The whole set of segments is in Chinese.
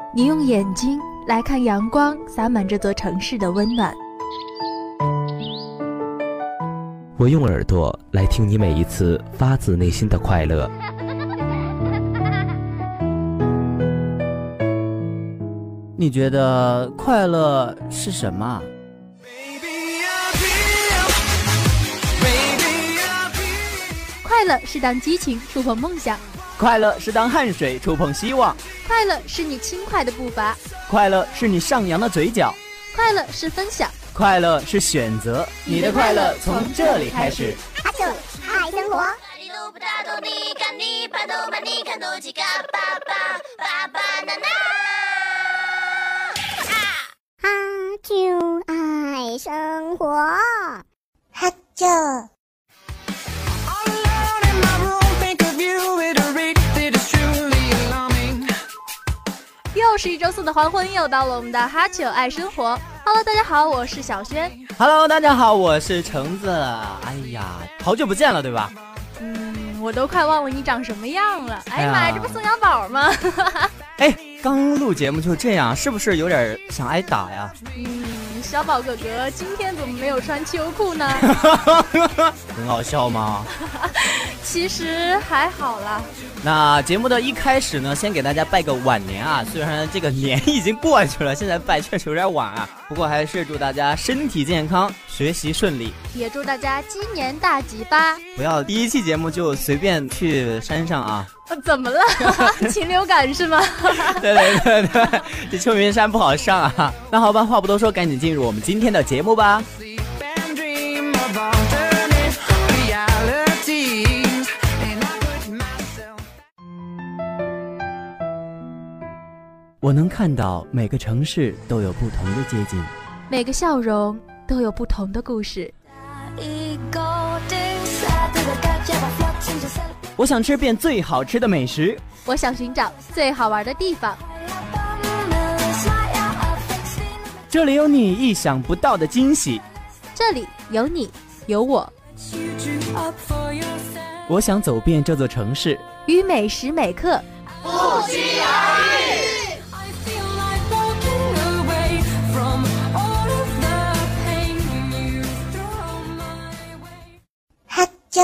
你用眼睛来看阳光洒满这座城市的温暖， 我用耳朵来听你每一次发自内心的快乐。 你觉得快乐是什么？ 快乐是当激情触碰梦想， 快乐是当汗水触碰希望， 快乐是你轻快的步伐， 快乐是你上扬的嘴角， 快乐是分享， 快乐是选择。你的快乐从这里开始。 阿九爱生活。阿九爱生活。阿九。 又是一周四的黄昏，又到了我们的哈球爱生活。Hello， 大家好，我是小轩。 Hello， 大家好，我是橙子。哎呀，好久不见了，对吧？ 我都快忘了你长什么样了。哎呀妈呀，这不宋小宝吗？ 哎，刚录节目就这样，是不是有点想挨打呀？ 小宝哥哥今天怎么没有穿秋裤呢？ 很好笑吗？ 其实还好啦。 那节目的一开始呢，先给大家拜个晚年啊！虽然这个年已经过去了，现在拜确实有点晚啊。不过还是祝大家身体健康，学习顺利， 也祝大家鸡年大吉吧！ 不要第一期节目就随便去山上啊！ 怎么了？禽流感是吗？ 对，这秋名山不好上啊。那好吧，话不多说，赶紧进入我们今天的节目吧。我能看到每个城市都有不同的街景， 每个笑容都有不同的故事。 我想吃遍最好吃的美食， 我想寻找最好玩的地方。 这里有你意想不到的惊喜， 这里有你有我。 我想走遍这座城市， 与每时每刻不期而遇。哈啾。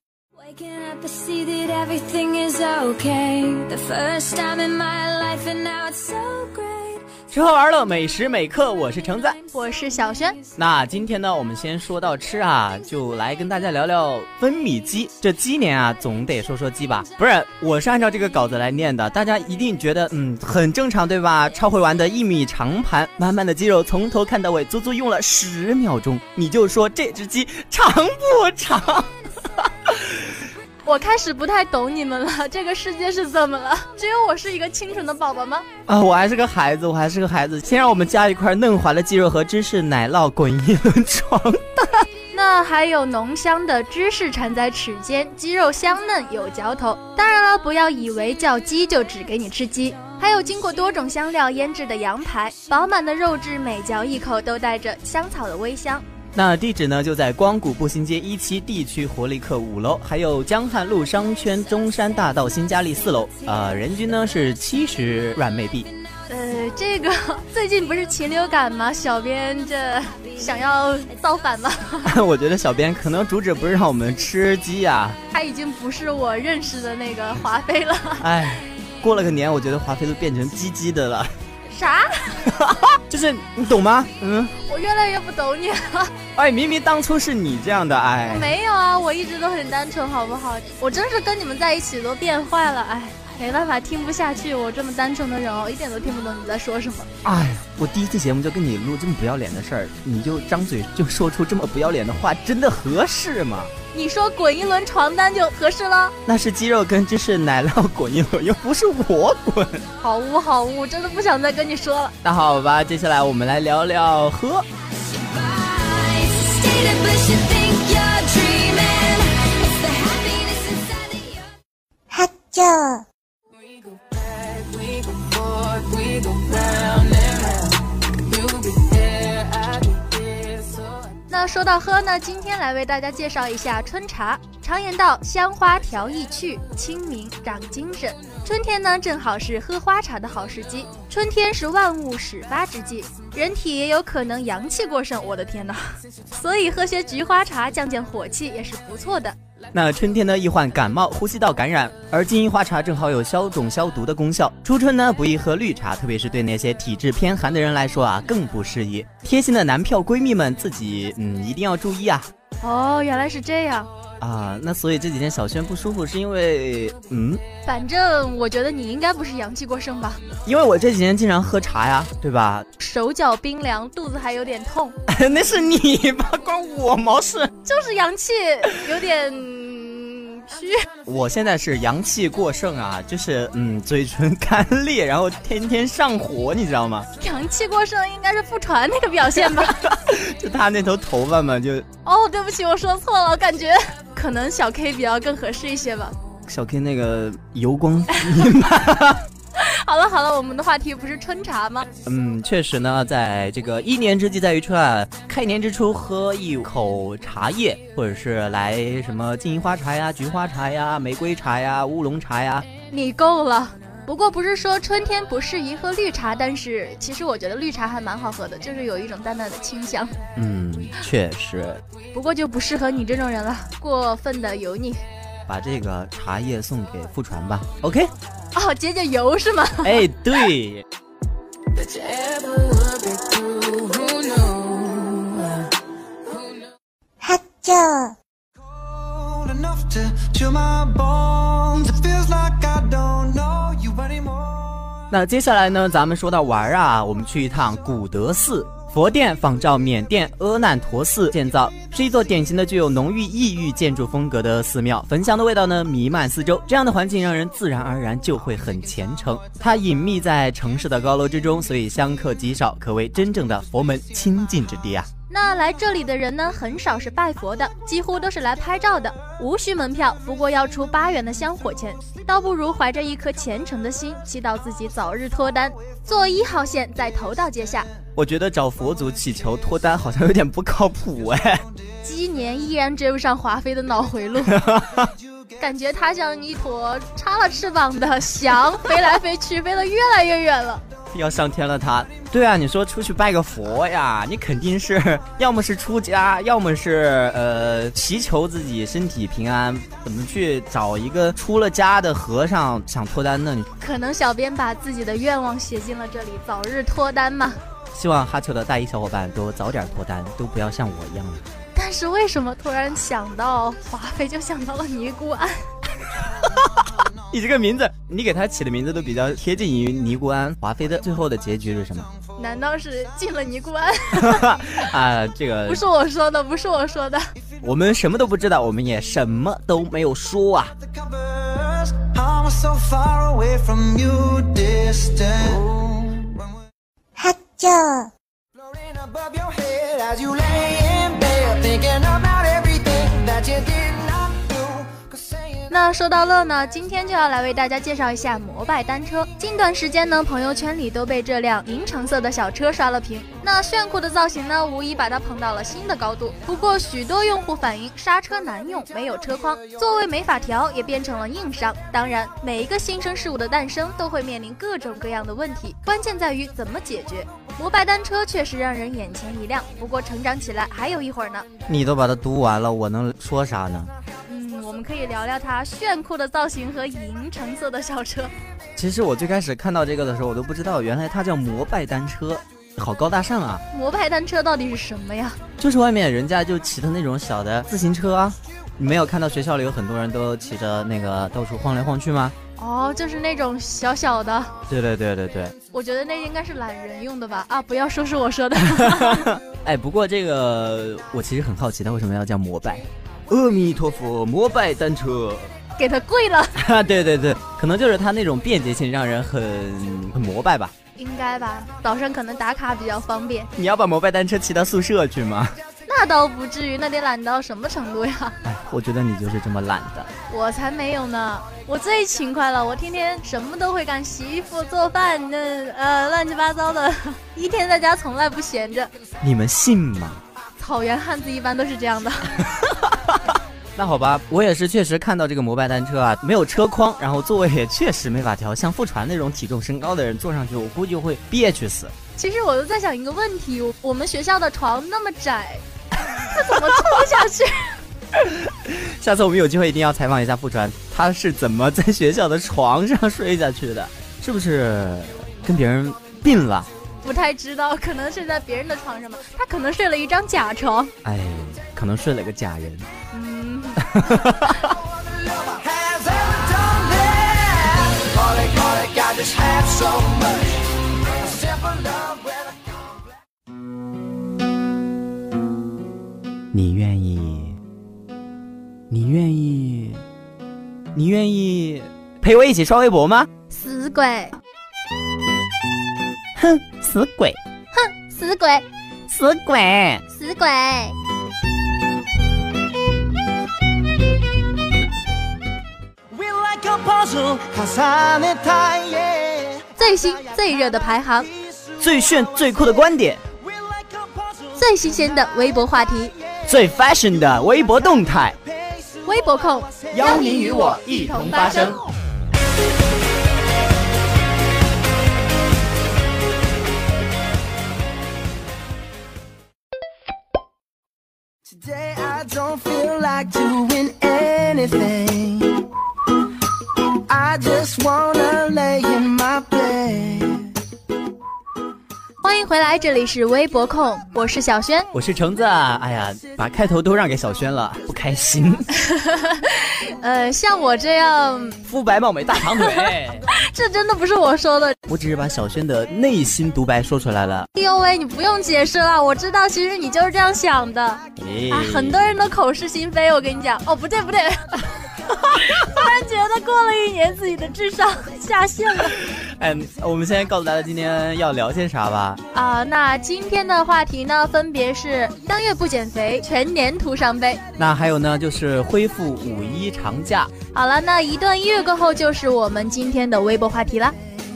吃喝玩乐美食美课，我是橙子， 我是小轩。 那今天呢，我们先说到吃啊，就来跟大家聊聊分米鸡。这鸡年啊，总得说说鸡吧？不是，我是按照这个稿子来念的，大家一定觉得很正常，对吧？超会玩的1米长盘，满满的鸡肉，从头看到尾，足足用了10秒钟。你就说这只鸡长不长？ 我开始不太懂你们了，这个世界是怎么了？只有我是一个清纯的宝宝吗？ 我还是个孩子。先让我们加一块嫩滑的鸡肉和芝士奶酪滚一轮床单。 那还有浓香的芝士缠在齿间，鸡肉香嫩有嚼头。当然了，不要以为叫鸡就只给你吃鸡，还有经过多种香料腌制的羊排，饱满的肉质每嚼一口都带着香草的微香。 那地址呢就在光谷步行街1期地区活力客5楼，还有江汉路商圈中山大道新嘉丽4楼，人均呢是70软妹币。 这个最近不是禽流感吗？小编这想要造反吗？ 我觉得小编可能主旨不是让我们吃鸡啊， 他已经不是我认识的那个华妃了。 哎，过了个年，我觉得华妃都变成鸡的了。 啥？ 就是你懂吗？ 我越来越不懂你了。 哎，明明当初是你这样的，哎， 没有啊，我一直都很单纯，好不好？我真是跟你们在一起都变坏了，哎，没办法，听不下去。我这么单纯的人哦，一点都听不懂你在说什么。 哎，我第一期节目就跟你录这么不要脸的事儿，你就张嘴就说出这么不要脸的话，真的合适吗？ 你说滚一轮床单就合适了？ 那是鸡肉跟芝士奶酪滚一轮，又不是我滚。 好污，真的不想再跟你说了。 那好吧，接下来我们来聊聊喝。 哈啾。 那说到喝呢，今天来为大家介绍一下春茶。 常言道，香花调意趣，清明长精神。春天呢，正好是喝花茶的好时机。春天是万物始发之际，人体也有可能阳气过剩，我的天哪！所以喝些菊花茶降降火气也是不错的。 那春天呢，易患感冒、呼吸道感染，而金银花茶正好有消肿消毒的功效。初春呢，不宜喝绿茶，特别是对那些体质偏寒的人来说啊，更不适宜。贴心的男票闺蜜们自己一定要注意啊。 哦，原来是这样啊，那所以这几天小轩不舒服是因为反正我觉得你应该不是阳气过剩吧， 因为我这几天经常喝茶呀，对吧？ 手脚冰凉，肚子还有点痛那是你吧，关我毛事？ 就是阳气有点虚。 我现在是阳气过剩啊，就是嘴唇干裂，然后天天上火，你知道吗？ 阳气过剩应该是不传那个表现吧就他那头头发嘛，就对不起，我说错了，我感觉可能小 K 比较更合适一些吧。 小 K 那个油光弥漫好了，我们的话题不是春茶吗？ 确实呢，在这个一年之计在于春啊，开年之初喝一口茶叶，或者是来什么金银花茶呀、菊花茶呀、玫瑰茶呀、乌龙茶呀， 你够了。不过不是说春天不适宜喝绿茶，但是其实我觉得绿茶还蛮好喝的，就是有一种淡淡的清香。 确实。 不过就不适合你这种人了，过分的油腻。 把这个茶叶送给富传吧 ，OK？ 解解油是吗？ 哎，对。 哈啾。 那接下来呢，咱们说到玩啊，我们去一趟古德寺。佛殿仿照缅甸阿难陀寺建造，是一座典型的具有浓郁异域建筑风格的寺庙，焚香的味道呢弥漫四周，这样的环境让人自然而然就会很虔诚。它隐秘在城市的高楼之中，所以香客极少，可谓真正的佛门清净之地啊。 那来这里的人呢，很少是拜佛的，几乎都是来拍照的，无需门票，不过要出8元的香火钱，倒不如怀着一颗虔诚的心，祈祷自己早日脱单。坐1号线在头道街下。 我觉得找佛祖祈求脱单好像有点不靠谱哎。 鸡年依然追不上华妃的脑回路感觉它像一坨插了翅膀的翔，飞来飞去，飞得越来越远了， 要上天了它。对啊，你说出去拜个佛呀，你肯定是要么是出家，要么是祈求自己身体平安，怎么去找一个出了家的和尚想脱单呢？ 可能小编把自己的愿望写进了这里，早日脱单嘛。 希望哈秋的大一小伙伴都早点脱单，都不要像我一样了。 但是为什么突然想到华妃就想到了尼姑庵你这个名字，你给他起的名字都比较贴近于尼姑庵。华妃的最后的结局是什么？ 难道是进了尼姑庵啊，这个不是我说的，不是我说的。 我们什么都不知道，我们也什么都没有说啊。 哈啾。 那说到乐呢，今天就要来为大家介绍一下摩拜单车。近段时间呢，朋友圈里都被这辆银橙色的小车刷了屏。那炫酷的造型呢，无疑把它捧到了新的高度。不过许多用户反映刹车难用，没有车筐，座位没法调，也变成了硬伤。当然，每一个新生事物的诞生都会面临各种各样的问题，关键在于怎么解决。摩拜单车确实让人眼前一亮，不过成长起来还有一会儿呢。 你都把它读完了，我能说啥呢？ 我们可以聊聊它炫酷的造型和银橙色的小车。 其实我最开始看到这个的时候，我都不知道原来它叫摩拜单车，好高大上啊！ 摩拜单车到底是什么呀？ 就是外面人家就骑的那种小的自行车啊。你没有看到学校里有很多人都骑着那个到处晃来晃去吗？ 就是那种小小的。对。我觉得那应该是懒人用的吧？不要说是我说的。 哎，不过这个我其实很好奇，它为什么要叫摩拜？阿弥陀佛，摩拜单车， 给它跪了。 对，可能就是它那种便捷性让人很膜拜吧。 应该吧，早上可能打卡比较方便。 你要把摩拜单车骑到宿舍去吗？ 那倒不至于，那得懒到什么程度呀？ 我觉得你就是这么懒的。 我才没有呢，我最勤快了，我天天什么都会干，洗衣服、做饭，乱七八糟的，一天在家从来不闲着。 你们信吗？ 草原汉子一般都是这样的。 那好吧，我也是确实看到这个摩拜单车啊，没有车筐，然后座位也确实没法调，像傅传那种体重身高的人坐上去，我估计会憋屈死。 其实我都在想一个问题，我们学校的床那么窄，他怎么坐下去？ 下次我们有机会一定要采访一下傅传，他是怎么在学校的床上睡下去的？是不是跟别人并了？ 不太知道，可能睡在别人的床上吧。他可能睡了一张假床， 哎，可能睡了个假人。你愿意陪我一起刷微博吗？ 死鬼！ 哼，死鬼！ 哼，死鬼！ 死鬼！ 死鬼！最新最热的排行， 最炫最酷的观点， 最新鲜的微博话题， 最 fashion 的微博动态， 微博控邀您与我一同发声。 Today I don't feel like doing anything. I just wanna lay in my bed. 欢迎回来，这里是微博控，我是小轩， 我是橙子。哎呀，把开头都让给小轩了，不开心。 像我这样肤白貌美大长腿， 这真的不是我说的， 我只是把小轩的内心独白说出来了。 哎呦喂，你不用解释了，我知道，其实你就是这样想的。很多人都口是心非，我跟你讲。哦，不对。突然觉得过了一年自己的智商下线了。 我们先告诉大家今天要聊些啥吧。 那今天的话题呢，分别是3月不减肥，全年徒伤悲。 那还有呢，就是恢复5·1长假。 好了，那一段音乐过后，就是我们今天的微博话题啦。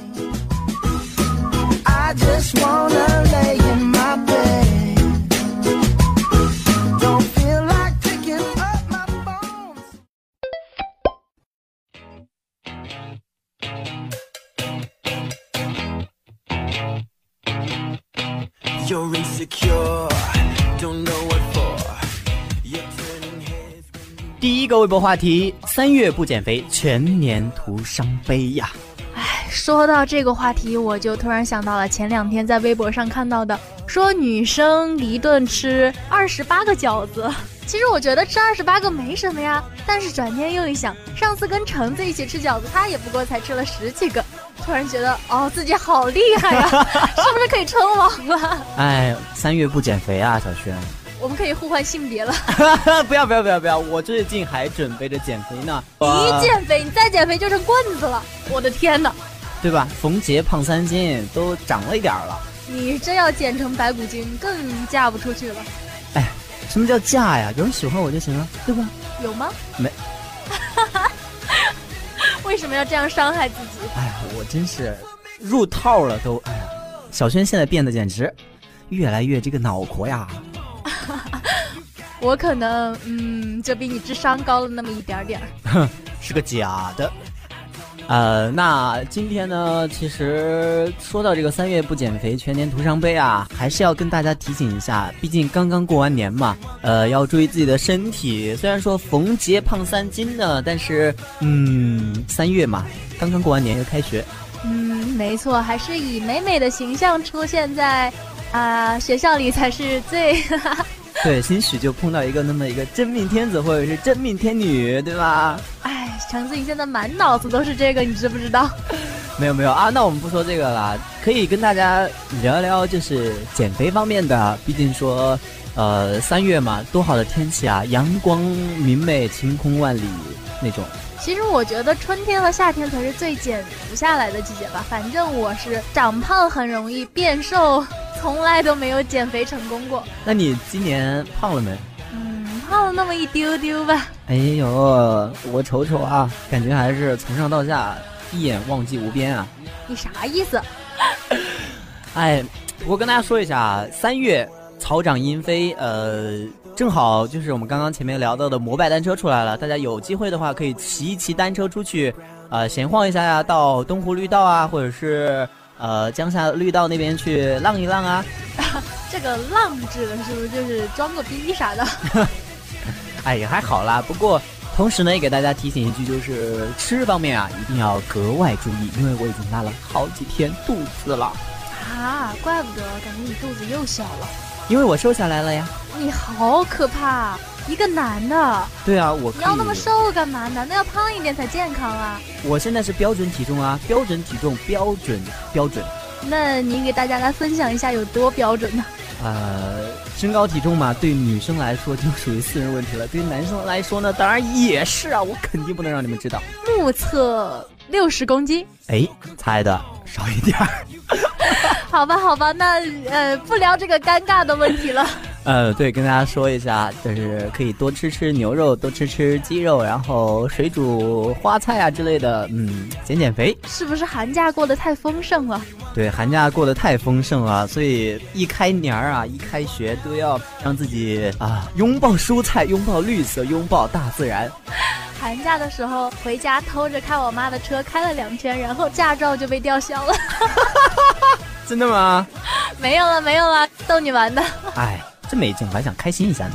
I just wanna lay in my bed. Don't feel like picking up my bones. You're insecure, don't know what for. You're turning heads when you... 第一个微博话题：3月不减肥，全年徒伤悲呀。 说到这个话题，我就突然想到了前2天在微博上看到的，说女生一顿吃28个饺子。其实我觉得吃28个没什么呀，但是转念又一想，上次跟橙子一起吃饺子，他也不过才吃了10几个，突然觉得自己好厉害呀，是不是可以称王了 ？3月不减肥啊，小轩。 我们可以互换性别了。 不要，我最近还准备着减肥呢。 你一减肥，你再减肥就成棍子了，我的天哪！ 对吧？冯杰胖3斤，都长了一点了。 你真要减成白骨精，更嫁不出去了。 什么叫嫁呀？有人喜欢我就行了，对吧？ 有吗？ 没。 为什么要这样伤害自己？ 我真是入套了都。小轩现在变得简直越来越这个脑壳呀。 我可能就比你智商高了那么一点点。 是个假的。那今天呢，其实说到这个3月不减肥，全年徒伤悲啊，还是要跟大家提醒一下，毕竟刚刚过完年嘛，要注意自己的身体。虽然说冯杰胖3斤呢，但是3月嘛，刚刚过完年又开学。 没错，还是以美美的形象出现在学校里才是最对，兴许就碰到那么一个真命天子或者是真命天女，对吧？ 橙子，你现在满脑子都是这个，你知不知道？ 没有啊，那我们不说这个了，可以跟大家聊一聊就是减肥方面的。毕竟说3月嘛，多好的天气啊，阳光明媚，晴空万里那种。 其实我觉得春天和夏天才是最减不下来的季节吧。反正我是长胖很容易，变瘦从来都没有减肥成功过。 那你今年胖了没？ 胖了那么一丢丢吧。 哎呦，我瞅瞅啊，感觉还是从上到下一眼望际无边啊。 你啥意思？ 我跟大家说一下，3月草长莺飞， 正好就是我们刚刚前面聊到的摩拜单车出来了，大家有机会的话可以骑一骑单车出去，闲晃一下呀，到东湖绿道啊，或者是江夏绿道那边去浪一浪啊。 这个浪指的是不是就是装个逼啥的？ 哎，也还好啦。不过同时呢，也给大家提醒一句，就是吃方面啊，一定要格外注意，因为我已经拉了好几天肚子了。 啊，怪不得，感觉你肚子又小了。 因为我瘦下来了呀。 你好可怕，一个男的。 对啊，我可以。 你要那么瘦干嘛？男的要胖一点才健康啊。 我现在是标准体重啊，标准体重，标准。 那你给大家来分享一下有多标准呢？ 身高体重嘛，对女生来说就属于私人问题了，对于男生来说呢，当然也是啊，我肯定不能让你们知道。 目测60公斤。 哎，猜的少一点儿。 好吧，那不聊这个尴尬的问题了。 对，跟大家说一下，就是可以多吃牛肉，多吃鸡肉，然后水煮花菜啊之类的，减肥。 是不是寒假过得太丰盛了？ 对，寒假过得太丰盛了，所以一开年啊，一开学都要让自己拥抱蔬菜，拥抱绿色，拥抱大自然。 寒假的时候回家偷着开我妈的车开了2圈，然后驾照就被吊销了。 真的吗？ 没有了，逗你玩的。 哎，真没劲，我还想开心一下呢。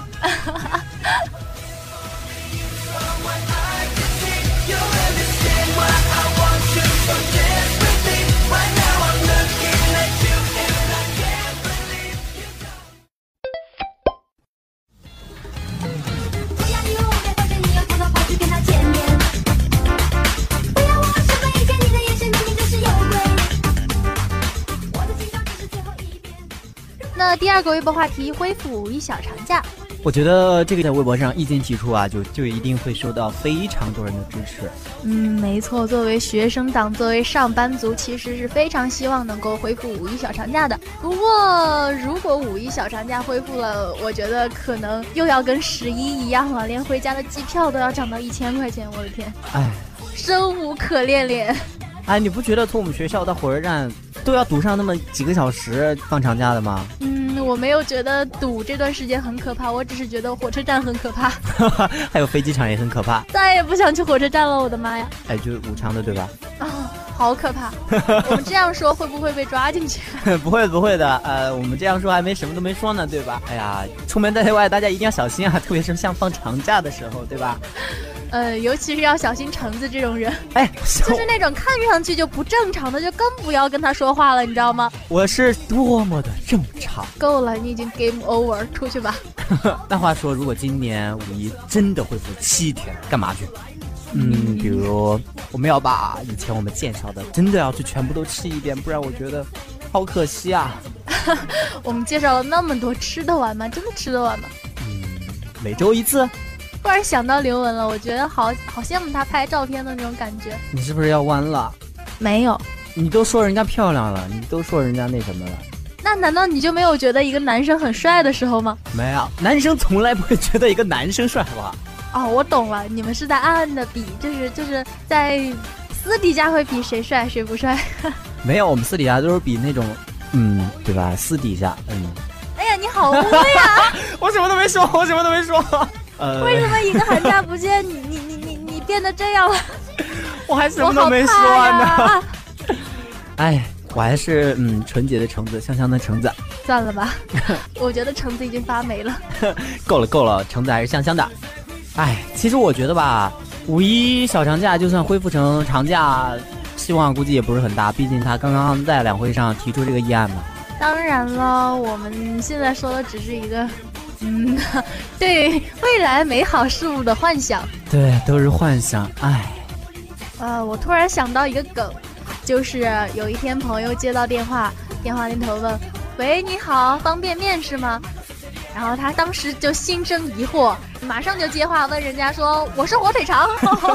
那第2个微博话题，恢复5一小长假。 我觉得这个在微博上意见提出啊，就一定会受到非常多人的支持。 没错，作为学生党，作为上班族，其实是非常希望能够恢复5一小长假的。不过，如果5一小长假恢复了，我觉得可能又要跟11一样了，连回家的机票都要涨到1000块钱，我的天！ 哎， 生无可恋。 哎，你不觉得从我们学校到火车站都要堵上那么几个小时放长假的吗？ 我没有觉得堵这段时间很可怕，我只是觉得火车站很可怕。 还有飞机场也很可怕， 再也不想去火车站了，我的妈呀！ 哎，就是武昌的对吧？ 好可怕。我们这样说会不会被抓进去？ 不会的，我们这样说还什么都没说呢，对吧？哎呀，出门在外大家一定要小心啊，特别是像放长假的时候，对吧？ 尤其是要小心橙子这种人， 就是那种看上去就不正常的，就更不要跟他说话了，你知道吗？ 我是多么的正常。 够了，你已经 game over， 出去吧。 那话说，如果今年5一真的恢复7天，干嘛去？比如我们要把以前我们介绍的真的要去全部都吃一遍，不然我觉得好可惜啊。 我们介绍了那么多，吃得完吗？真的吃得完吗？ 每周1次。 突然想到刘雯了，我觉得好羡慕她拍照片的那种感觉。 你是不是要弯了？ 没有， 你都说人家漂亮了，你都说人家那什么了， 那难道你就没有觉得一个男生很帅的时候吗？ 没有，男生从来不会觉得一个男生帅，好不好？ 我懂了，你们是在暗暗的比，就是在私底下会比谁帅谁不帅。 没有，我们私底下都是比那种对吧？私底下哎呀，你好污呀！ 我什么都没说。 为什么一个寒假不见你变得这样了？ 我还什么都没说呢。哎，我还是纯洁的橙子，香香的橙子。 算了吧，我觉得橙子已经发霉了。 够了，橙子还是香香的。哎，其实我觉得吧，5一小长假就算恢复成长假，希望估计也不是很大，毕竟他刚刚在两会上提出这个议案嘛。 当然了，我们现在说的只是一个对未来美好事物的幻想。 对，都是幻想。哎， 我突然想到一个梗，就是有一天朋友接到电话那头问：喂，你好，方便面是吗？然后他当时就心生疑惑，马上就接话问人家说：我是火腿肠。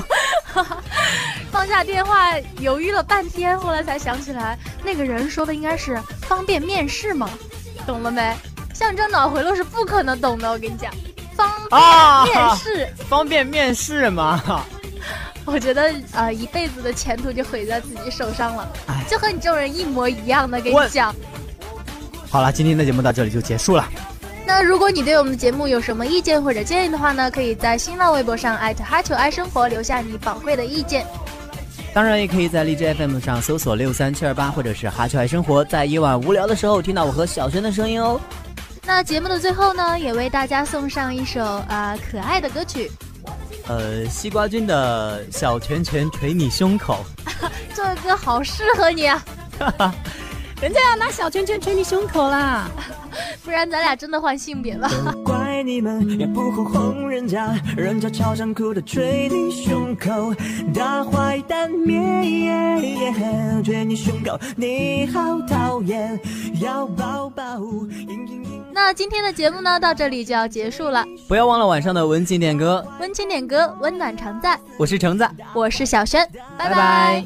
放下电话犹豫了半天，后来才想起来那个人说的应该是方便面试吗？懂了没？像这脑回路是不可能懂的，我跟你讲。方便面试， 方便面试吗？ 我觉得一辈子的前途就毁在自己手上了，就和你这种人一模一样的，跟你讲。 好了，今天的节目到这里就结束了。 那如果你对我们的节目有什么意见或者建议的话呢，可以在新浪微博上哈球爱生活留下你宝贵的意见。 当然也可以在荔枝 FM 上搜索63728或者是哈球爱生活，在夜晚无聊的时候听到我和小轩的声音哦。 那节目的最后呢，也为大家送上一首可爱的歌曲， 西瓜君的小拳拳捶你胸口。 这个歌好适合你啊。 人家要拿小拳拳捶你胸口啦， 不然咱俩真的换性别吧。 怪你们也不哄哄人家，人家超想哭的捶你胸口，大坏蛋面捶你胸口，你好讨厌，要抱抱。 那今天的节目呢，到这里就要结束了。 不要忘了晚上的温情点歌， 温情点歌，温暖常在。 我是橙子， 我是小轩，拜拜拜。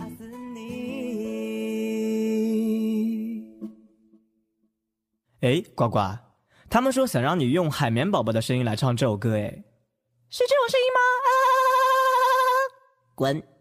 哎，呱呱，他们说想让你用海绵宝宝的声音来唱这首歌，哎，是这种声音吗？ 滚。